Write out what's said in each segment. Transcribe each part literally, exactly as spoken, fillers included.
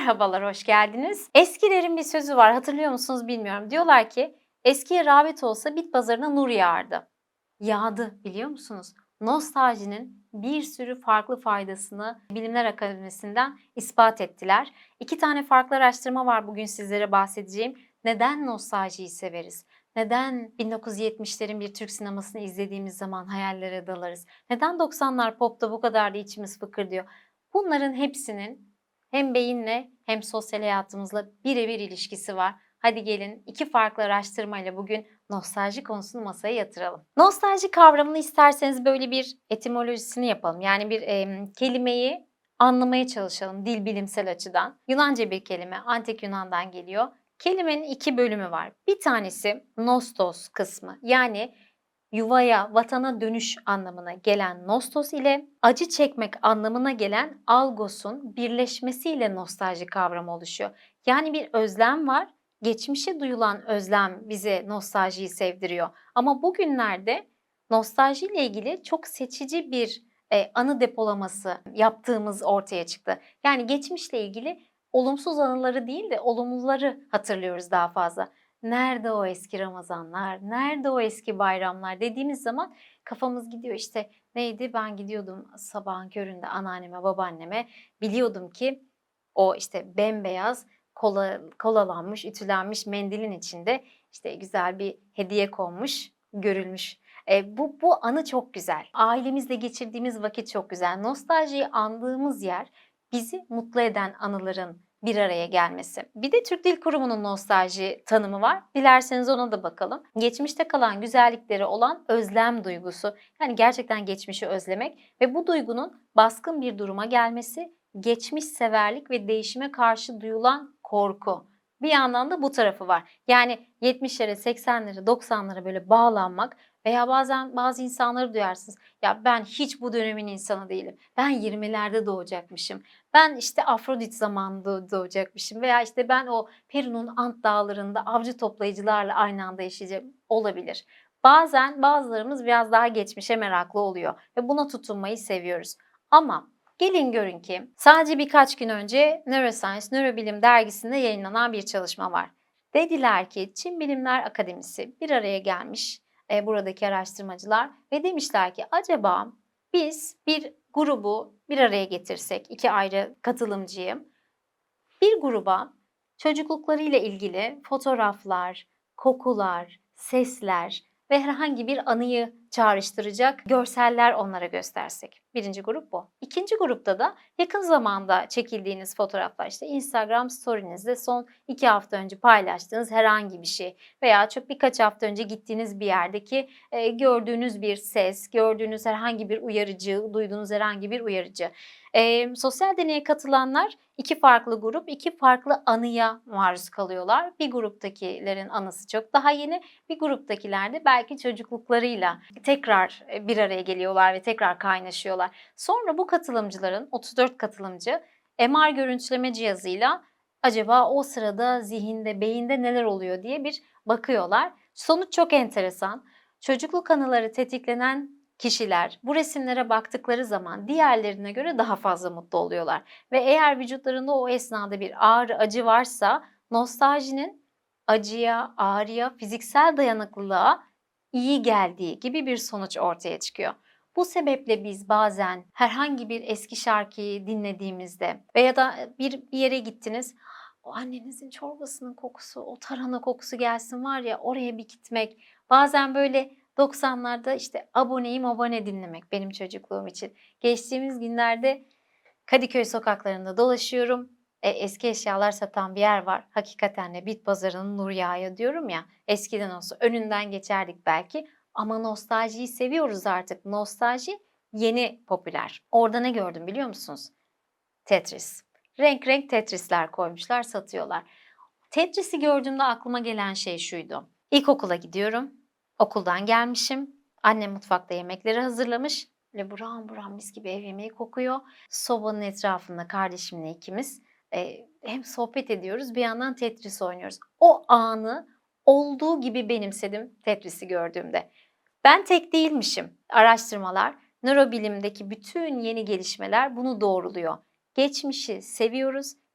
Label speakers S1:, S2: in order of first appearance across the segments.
S1: Merhabalar, hoş geldiniz. Eskilerin bir sözü var, hatırlıyor musunuz bilmiyorum. Diyorlar ki, eskiye rağbet olsa bit pazarına nur yağardı. Yağdı, biliyor musunuz? Nostaljinin bir sürü farklı faydasını Bilimler Akademisi'nden ispat ettiler. İki tane farklı araştırma var bugün sizlere bahsedeceğim. Neden nostaljiyi severiz? Neden bin dokuz yüz yetmişlerin bir Türk sinemasını izlediğimiz zaman hayallere dalarız? Neden doksanlar popta bu kadar da içimiz fıkırdıyor? Bunların hepsinin hem beyinle hem sosyal hayatımızla birebir ilişkisi var. Hadi gelin iki farklı araştırmayla bugün nostalji konusunu masaya yatıralım. Nostalji kavramını isterseniz böyle bir etimolojisini yapalım. Yani bir e, kelimeyi anlamaya çalışalım dil bilimsel açıdan. Yunanca bir kelime, Antik Yunan'dan geliyor. Kelimenin iki bölümü var. Bir tanesi nostos kısmı, yani yuvaya, vatana dönüş anlamına gelen nostos ile acı çekmek anlamına gelen algos'un birleşmesiyle nostalji kavramı oluşuyor. Yani bir özlem var, geçmişe duyulan özlem bize nostaljiyi sevdiriyor. Ama bugünlerde nostalji ile ilgili çok seçici bir e, anı depolaması yaptığımız ortaya çıktı. Yani geçmişle ilgili olumsuz anıları değil de olumluları hatırlıyoruz daha fazla. Nerede o eski Ramazanlar, nerede o eski bayramlar dediğimiz zaman kafamız gidiyor. İşte neydi, ben gidiyordum sabahın köründe anneanneme, babaanneme, biliyordum ki o işte bembeyaz kola, kolalanmış, ütülenmiş mendilin içinde işte güzel bir hediye konmuş, görülmüş. E, bu, bu anı çok güzel. Ailemizle geçirdiğimiz vakit çok güzel. Nostaljiyi andığımız yer bizi mutlu eden anıların bir araya gelmesi. Bir de Türk Dil Kurumu'nun nostalji tanımı var. Dilerseniz ona da bakalım. Geçmişte kalan güzellikleri olan özlem duygusu. Yani gerçekten geçmişi özlemek ve bu duygunun baskın bir duruma gelmesi, geçmiş severlik ve değişime karşı duyulan korku. Bir yandan da bu tarafı var. Yani yetmişlere, seksenlere, doksanlara böyle bağlanmak veya bazen bazı insanları duyarsınız. Ya ben hiç bu dönemin insanı değilim. Ben yirmilerde doğacakmışım. Ben işte Afrodit zamanında doğacakmışım veya işte ben o Peru'nun Ant dağlarında avcı toplayıcılarla aynı anda yaşayacağım, olabilir. Bazen bazılarımız biraz daha geçmişe meraklı oluyor ve buna tutunmayı seviyoruz. Ama gelin görün ki sadece birkaç gün önce Neuroscience, Nörobilim dergisinde yayınlanan bir çalışma var. Dediler ki Çin Bilimler Akademisi bir araya gelmiş e, buradaki araştırmacılar ve demişler ki acaba biz bir grubu bir araya getirsek, iki ayrı katılımcıyı, bir gruba çocukluklarıyla ilgili fotoğraflar, kokular, sesler ve herhangi bir anıyı çağrıştıracak görseller onlara göstersek. Birinci grup bu. İkinci grupta da yakın zamanda çekildiğiniz fotoğraflar, işte Instagram story'nizde son iki hafta önce paylaştığınız herhangi bir şey veya çok birkaç hafta önce gittiğiniz bir yerdeki e, gördüğünüz bir ses, gördüğünüz herhangi bir uyarıcı, duyduğunuz herhangi bir uyarıcı. E, sosyal deneye katılanlar iki farklı grup, iki farklı anıya maruz kalıyorlar. Bir gruptakilerin anısı çok daha yeni, bir gruptakiler de belki çocukluklarıyla tekrar bir araya geliyorlar ve tekrar kaynaşıyorlar. Sonra bu katılımcıların, otuz dört katılımcı M R görüntüleme cihazıyla acaba o sırada zihinde, beyinde neler oluyor diye bir bakıyorlar. Sonuç çok enteresan. Çocukluk anıları tetiklenen kişiler bu resimlere baktıkları zaman diğerlerine göre daha fazla mutlu oluyorlar. Ve eğer vücutlarında o esnada bir ağrı, acı varsa nostaljinin acıya, ağrıya, fiziksel dayanıklılığa iyi geldiği gibi bir sonuç ortaya çıkıyor. Bu sebeple biz bazen herhangi bir eski şarkıyı dinlediğimizde veya da bir yere gittiniz, o annenizin çorbasının kokusu, o tarhana kokusu gelsin var ya, oraya bir gitmek. Bazen böyle doksanlarda işte aboneyim abone dinlemek benim çocukluğum için. Geçtiğimiz günlerde Kadıköy sokaklarında dolaşıyorum. E, eski eşyalar satan bir yer var. Hakikaten de bit pazarının nur yağıyor diyorum ya. Eskiden olsa önünden geçerdik belki. Ama nostaljiyi seviyoruz artık. Nostalji yeni popüler. Orada ne gördüm biliyor musunuz? Tetris. Renk renk Tetris'ler koymuşlar, satıyorlar. Tetris'i gördüğümde aklıma gelen şey şuydu. İlkokula gidiyorum. Okuldan gelmişim. Annem mutfakta yemekleri hazırlamış. Böyle buram buram mis gibi ev yemeği kokuyor. Sobanın etrafında kardeşimle ikimiz e, hem sohbet ediyoruz bir yandan Tetris oynuyoruz. O anı olduğu gibi benimsedim Tetris'i gördüğümde. Ben tek değilmişim. Araştırmalar, nörobilimdeki bütün yeni gelişmeler bunu doğruluyor. Geçmişi seviyoruz,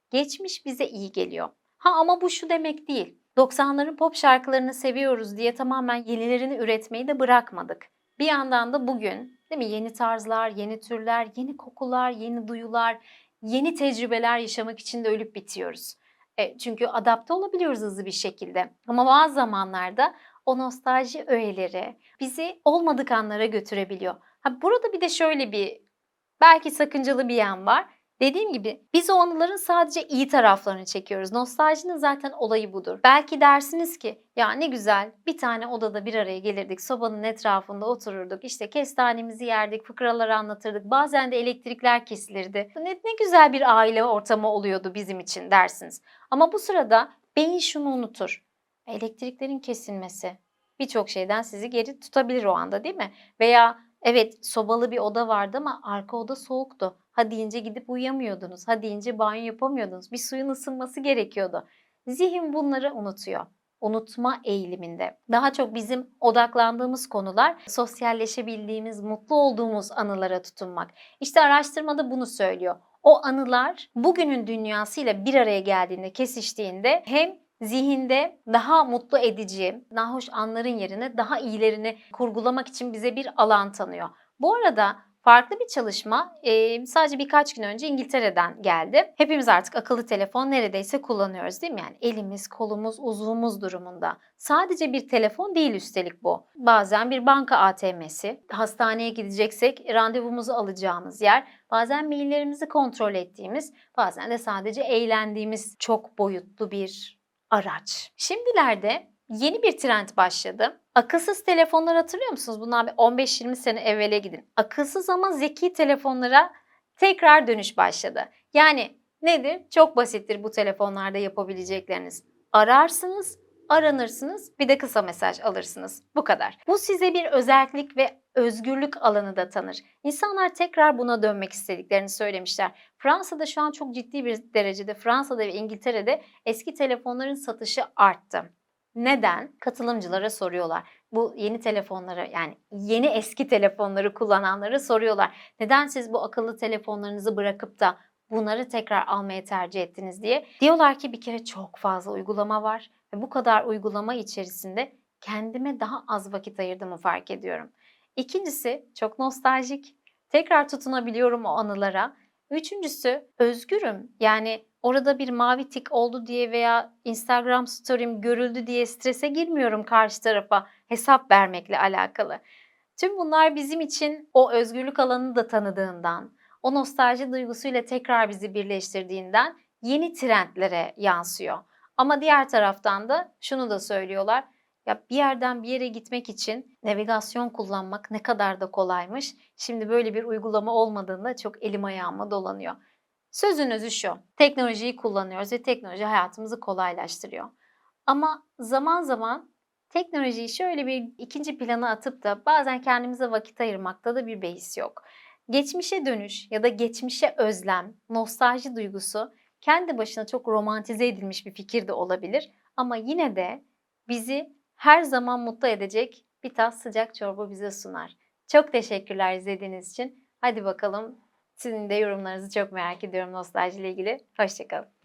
S1: Geçmiş bize iyi geliyor. Ha ama bu şu demek değil. doksanların pop şarkılarını seviyoruz diye tamamen yenilerini üretmeyi de bırakmadık. Bir yandan da bugün, değil mi, yeni tarzlar, yeni türler, yeni kokular, yeni duyular, yeni tecrübeler yaşamak için de ölüp bitiyoruz. E, çünkü adapte olabiliyoruz hızlı bir şekilde. Ama bazı zamanlarda o nostalji öğeleri bizi olmadık anlara götürebiliyor. Ha, burada bir de şöyle bir belki sakıncalı bir yan var. Dediğim gibi biz o anıların sadece iyi taraflarını çekiyoruz. Nostaljinin zaten olayı budur. Belki dersiniz ki ya ne güzel bir tane odada bir araya gelirdik, sobanın etrafında otururduk, işte kestanemizi yerdik, fıkraları anlatırdık. Bazen de elektrikler kesilirdi. Ne, ne güzel bir aile ortamı oluyordu bizim için dersiniz. Ama bu sırada beyin şunu unutur. Elektriklerin kesilmesi birçok şeyden sizi geri tutabilir o anda, değil mi? Veya evet, sobalı bir oda vardı ama arka oda soğuktu. Ha deyince gidip uyuyamıyordunuz. Ha deyince banyo yapamıyordunuz. Bir suyun ısınması gerekiyordu. Zihin bunları unutuyor. Unutma eğiliminde. Daha çok bizim odaklandığımız konular sosyalleşebildiğimiz, mutlu olduğumuz anılara tutunmak. İşte araştırmada bunu söylüyor. O anılar bugünün dünyasıyla bir araya geldiğinde, kesiştiğinde hem zihinde daha mutlu edici, daha hoş anların yerine daha iyilerini kurgulamak için bize bir alan tanıyor. Bu arada farklı bir çalışma e, sadece birkaç gün önce İngiltere'den geldi. Hepimiz artık akıllı telefon neredeyse kullanıyoruz, değil mi? Yani elimiz, kolumuz, uzvumuz durumunda. Sadece bir telefon değil üstelik bu. Bazen bir banka A T M'si, hastaneye gideceksek randevumuzu alacağımız yer, bazen maillerimizi kontrol ettiğimiz, bazen de sadece eğlendiğimiz çok boyutlu bir araç. Şimdilerde yeni bir trend başladı. Akılsız telefonlar hatırlıyor musunuz? Bundan bir on beş yirmi sene evvele gidin. Akılsız ama zeki telefonlara tekrar dönüş başladı. Yani nedir? Çok basittir bu telefonlarda yapabilecekleriniz. Ararsınız, aranırsınız, bir de kısa mesaj alırsınız. Bu kadar. Bu size bir özellik ve özgürlük alanı da tanır. İnsanlar tekrar buna dönmek istediklerini söylemişler. Fransa'da şu an çok ciddi bir derecede, Fransa'da ve İngiltere'de eski telefonların satışı arttı. Neden? Katılımcılara soruyorlar. Bu yeni telefonları, yani yeni eski telefonları kullananlara soruyorlar. Neden siz bu akıllı telefonlarınızı bırakıp da bunları tekrar almaya tercih ettiniz diye. Diyorlar ki bir kere çok fazla uygulama var ve bu kadar uygulama içerisinde kendime daha az vakit ayırdığımı fark ediyorum. İkincisi çok nostaljik. Tekrar tutunabiliyorum o anılara. Üçüncüsü özgürüm. Yani orada bir mavi tik oldu diye veya Instagram story'm görüldü diye strese girmiyorum karşı tarafa hesap vermekle alakalı. Tüm bunlar bizim için o özgürlük alanını da tanıdığından, o nostalji duygusuyla tekrar bizi birleştirdiğinden yeni trendlere yansıyor. Ama diğer taraftan da şunu da söylüyorlar. Ya bir yerden bir yere gitmek için navigasyon kullanmak ne kadar da kolaymış. Şimdi böyle bir uygulama olmadığında çok elim ayağıma dolanıyor. Sözün özü şu, teknolojiyi kullanıyoruz ve teknoloji hayatımızı kolaylaştırıyor. Ama zaman zaman teknolojiyi şöyle bir ikinci plana atıp da bazen kendimize vakit ayırmakta da bir beis yok. Geçmişe dönüş ya da geçmişe özlem, nostalji duygusu kendi başına çok romantize edilmiş bir fikir de olabilir. Ama yine de bizi her zaman mutlu edecek bir tas sıcak çorba bize sunar. Çok teşekkürler izlediğiniz için. Hadi bakalım, sizin de yorumlarınızı çok merak ediyorum nostalji ile ilgili. Hoşça kalın.